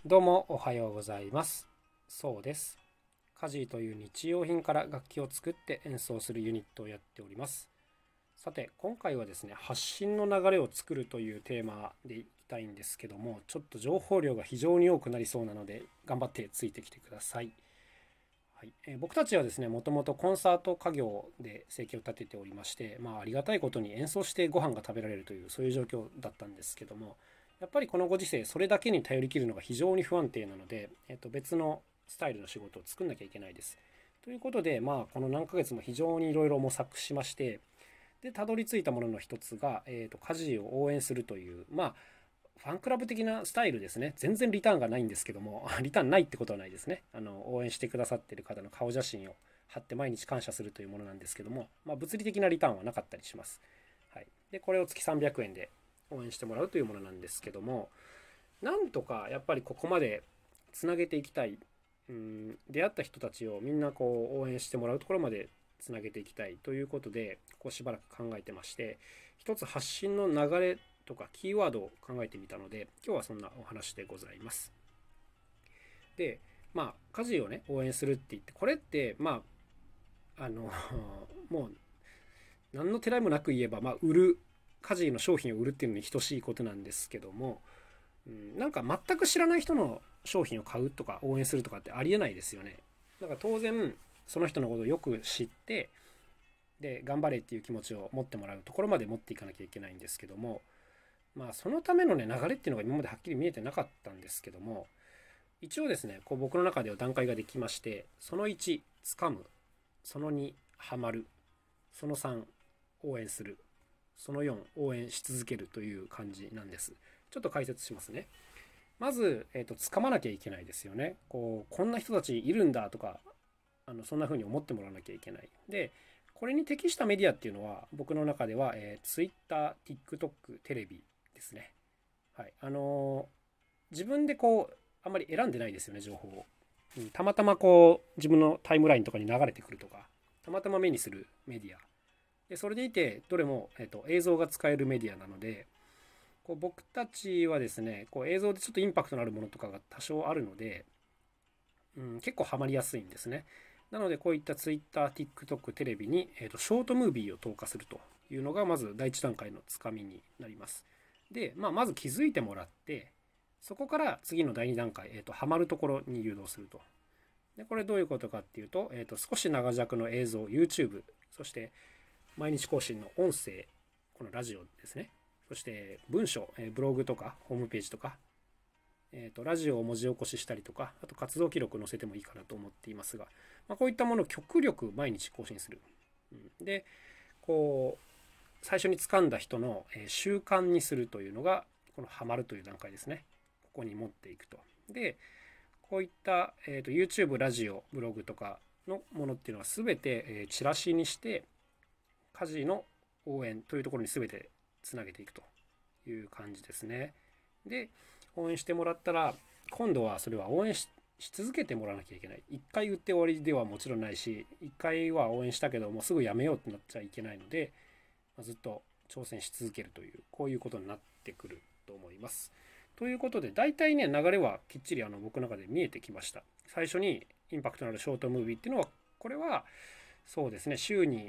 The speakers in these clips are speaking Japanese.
どうもおはようございます。そうです。カジーという日用品から楽器を作って演奏するユニットをやっております。さて、今回はですね、発信の流れを作るというテーマでいきたいんですけども、ちょっと情報量が非常に多くなりそうなので、頑張ってついてきてください。はい、僕たちはですね、もともとコンサート家業で生計を立てておりまして、ありがたいことに演奏してご飯が食べられるという、そういう状況だったんですけども、やっぱりこのご時世、それだけに頼り切るのが非常に不安定なので、別のスタイルの仕事を作んなきゃいけないです。ということで、この何ヶ月も非常にいろいろ模索しまして、で、たどり着いたものの一つが、家事を応援するという、ファンクラブ的なスタイルですね。全然リターンがないんですけども、リターンないってことはないですね。応援してくださっている方の顔写真を貼って毎日感謝するというものなんですけども、物理的なリターンはなかったりします。はい。で、これを月300円で応援してもらうというものなんですけども、なんとかやっぱりここまでつなげていきたい。出会った人たちをみんなこう応援してもらうところまでつなげていきたいということで、ここしばらく考えてまして、一つ発信の流れとかキーワードを考えてみたので、今日はそんなお話でございます。で、家事をね、応援するって言って、これって、あの、もう、何のてらいもなく言えば、売る、家事の商品を売るっていうのに等しいことなんですけども、なんか全く知らない人の商品を買うとか応援するとかってありえないですよね。だから当然、その人のことをよく知って、で、頑張れっていう気持ちを持ってもらうところまで持っていかなきゃいけないんですけども、そのためのね、流れっていうのが今まではっきり見えてなかったんですけども、一応ですね、こう僕の中では段階ができまして、その1、掴む。その2、ハマる。その3、応援する。その4、応援し続けるという感じなんです。ちょっと解説しますね。まず、掴まなきゃいけないですよね。こんな人たちいるんだとか、そんな風に思ってもらわなきゃいけない。で、これに適したメディアっていうのは、僕の中では、Twitter、TikTok、テレビですね。はい。自分であんまり選んでないですよね、情報を。たまたま自分のタイムラインとかに流れてくるとか、たまたま目にするメディア。で、それでいて、どれも、映像が使えるメディアなので、僕たちはですね、映像でちょっとインパクトのあるものとかが多少あるので、結構ハマりやすいんですね。なので、こういった Twitter、TikTok、テレビに、ショートムービーを投下するというのが、まず第一段階のつかみになります。で、まず気づいてもらって、そこから次の第二段階、ハマるところに誘導すると。で、これどういうことかっていうと、少し長尺の映像、YouTube、そして毎日更新の音声、このラジオですね。そして文章、ブログとかホームページとか、ラジオを文字起こししたりとか、あと活動記録載せてもいいかなと思っていますが、こういったものを極力毎日更新する。で、最初に掴んだ人の習慣にするというのが、このハマるという段階ですね。ここに持っていくと。で、こういった、YouTube、ラジオ、ブログとかのものっていうのは全て、チラシにして、家事の応援というところに全てつなげていくという感じですね。で、応援してもらったら、今度はそれは応援し続けてもらわなきゃいけない。一回売って終わりではもちろんないし、一回は応援したけどもうすぐやめようってなっちゃいけないので、ずっと挑戦し続けるという、こういうことになってくると思います。ということで、大体ね、流れはきっちり僕の中で見えてきました。最初にインパクトのあるショートムービーっていうのは、これはそうですね、週に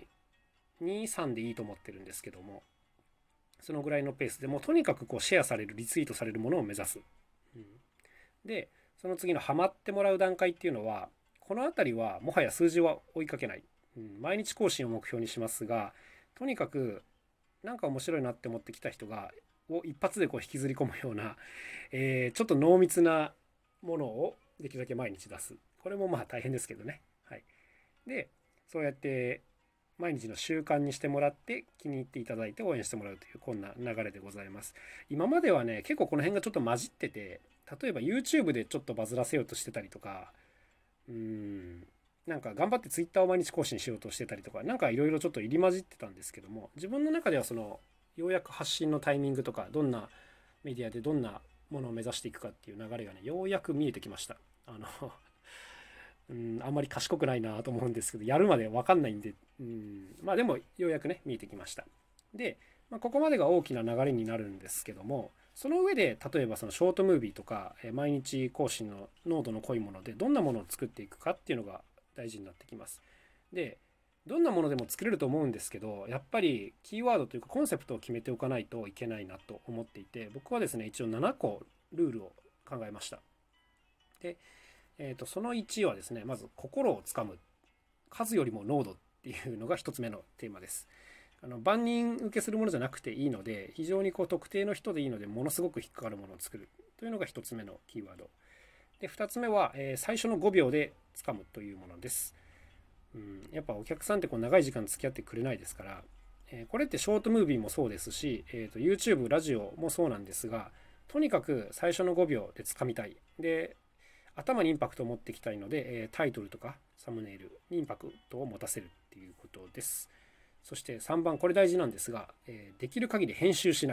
2、3でいいと思ってるんですけども、そのぐらいのペースでもうとにかくシェアされる、リツイートされるものを目指す。で、その次のハマってもらう段階っていうのは、この辺りはもはや数字は追いかけない。毎日更新を目標にしますが、とにかくなんか面白いなって思ってきた人がを一発で引きずり込むような、ちょっと濃密なものをできるだけ毎日出す。これも大変ですけどね。はい。で、そうやって毎日の習慣にしてもらって気に入っていただいて応援してもらうというこんな流れでございます。今まではね、結構この辺がちょっと混じってて、例えば YouTube でちょっとバズらせようとしてたりとか、なんか頑張って Twitter を毎日更新しようとしてたりとか、なんかいろいろちょっと入り混じってたんですけども、自分の中ではようやく発信のタイミングとか、どんなメディアでどんなものを目指していくかっていう流れがね、ようやく見えてきました。あんまり賢くないなと思うんですけど、やるまで分かんないんで、でもようやくね、見えてきました。で、ここまでが大きな流れになるんですけども、 その上で例えばそのショートムービーとか毎日更新の濃度の濃いものでどんなものを作っていくかっていうのが大事になってきます。で、どんなものでも作れると思うんですけど、やっぱりキーワードというかコンセプトを決めておかないといけないなと思っていて、僕はですね、一応7個ルールを考えました。で、その1はですね、まず心をつかむ。数よりも濃度っていうのが1つ目のテーマです。万人受けするものじゃなくていいので、非常に特定の人でいいので、ものすごく引っかかるものを作るというのが1つ目のキーワード。で、2つ目は、最初の5秒でつかむというものです。やっぱお客さんって長い時間付き合ってくれないですから、これってショートムービーもそうですし、YouTube、ラジオもそうなんですが、とにかく最初の5秒でつかみたい。で、頭にインパクトを持っていきたいので、タイトルとかサムネイルにインパクトを持たせるっていうことです。そして3番、これ大事なんですが、できる限り編集しない。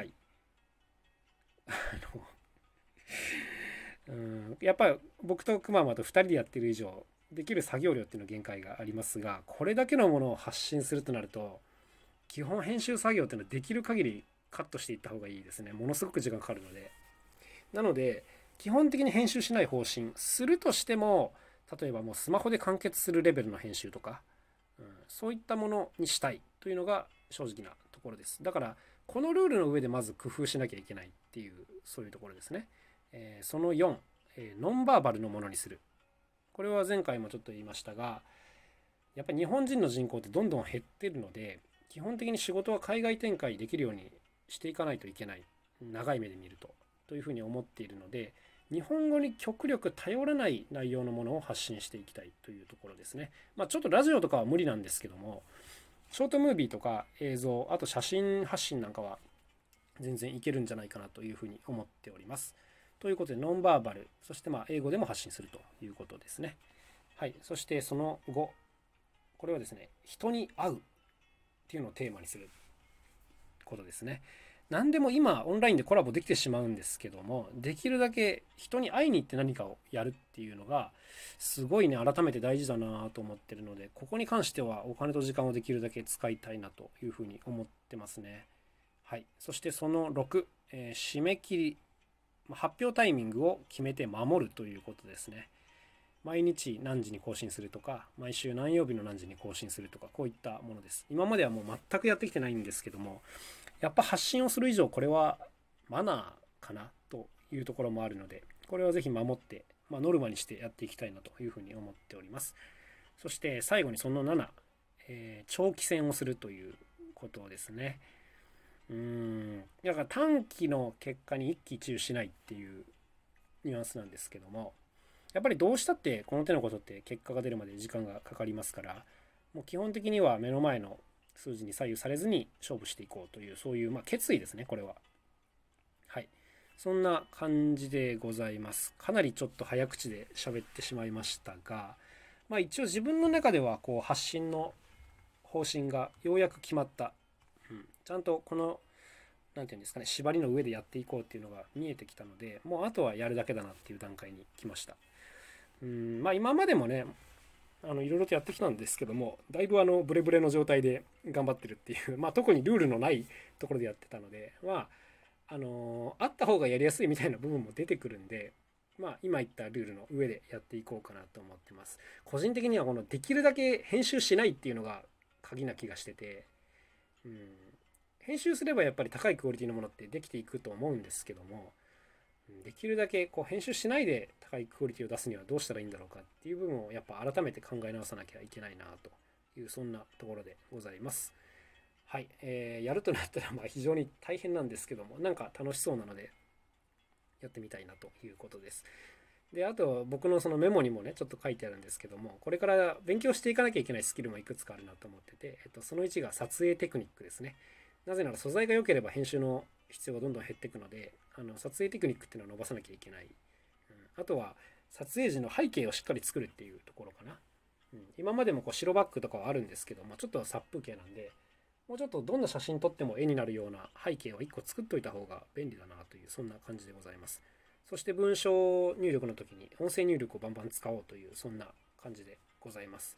やっぱり僕とくままと2人でやってる以上、できる作業量っていうの限界がありますが、これだけのものを発信するとなると、基本編集作業っていうのはできる限りカットしていった方がいいですね。ものすごく時間かかるので。なので、基本的に編集しない方針。するとしても、例えばもうスマホで完結するレベルの編集とか、そういったものにしたいというのが正直なところです。だから、このルールの上でまず工夫しなきゃいけないっていう、そういうところですね。その4、ノンバーバルのものにする。これは前回もちょっと言いましたが、やっぱり日本人の人口ってどんどん減ってるので、基本的に仕事は海外展開できるようにしていかないといけない。長い目で見るというふうに思っているので、日本語に極力頼らない内容のものを発信していきたいというところですね。ちょっとラジオとかは無理なんですけども、ショートムービーとか映像、あと写真発信なんかは全然いけるんじゃないかなというふうに思っております。ということで、ノンバーバル、そして英語でも発信するということですね。はい。そしてその後、これはですね、人に会うっていうのをテーマにすることですね。何でも今オンラインでコラボできてしまうんですけども、できるだけ人に会いに行って何かをやるっていうのがすごいね、改めて大事だなと思ってるので、ここに関してはお金と時間をできるだけ使いたいなというふうに思ってますね。はい。そしてその6、締め切り、発表タイミングを決めて守るということですね。毎日何時に更新するとか、毎週何曜日の何時に更新するとか、こういったものです。今まではもう全くやってきてないんですけども、やっぱ発信をする以上、これはマナーかなというところもあるので、これはぜひ守って、ノルマにしてやっていきたいなというふうに思っております。そして最後にその7、長期戦をするということですね。だから短期の結果に一喜一憂しないっていうニュアンスなんですけども、やっぱりどうしたってこの手のことって結果が出るまで時間がかかりますから、もう基本的には目の前の数字に左右されずに勝負していこうという、そういう決意ですね、これは。はい。そんな感じでございます。かなりちょっと早口で喋ってしまいましたが、一応自分の中では発信の方針がようやく決まった。ちゃんとこのなんていうんですかね、縛りの上でやっていこうっていうのが見えてきたので、もうあとはやるだけだなっていう段階に来ました。今までもね、いろいろとやってきたんですけども、だいぶブレブレの状態で頑張ってるっていう、特にルールのないところでやってたので、あった方がやりやすいみたいな部分も出てくるんで、今言ったルールの上でやっていこうかなと思ってます。個人的にはこのできるだけ編集しないっていうのが鍵な気がしてて、編集すればやっぱり高いクオリティのものってできていくと思うんですけども、できるだけ編集しないで高いクオリティを出すにはどうしたらいいんだろうかっていう部分をやっぱ改めて考え直さなきゃいけないなという、そんなところでございます。はい、やるとなったら非常に大変なんですけども、なんか楽しそうなのでやってみたいなということです。で、あと僕のそのメモにもねちょっと書いてあるんですけども、これから勉強していかなきゃいけないスキルもいくつかあるなと思ってて、その1が撮影テクニックですね。なぜなら素材が良ければ編集の必要がどんどん減っていくので、撮影テクニックっていうのを伸ばさなきゃいけない。あとは撮影時の背景をしっかり作るっていうところかな。今までも白バックとかはあるんですけど、ちょっと殺風景なんで、もうちょっとどんな写真撮っても絵になるような背景を1個作っといた方が便利だなという、そんな感じでございます。そして文章入力の時に音声入力をバンバン使おうという、そんな感じでございます。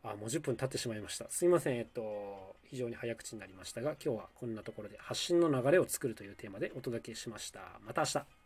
もう10分経ってしまいました。すいません。非常に早口になりましたが、今日はこんなところで発信の流れを作るというテーマでお届けしました。また明日。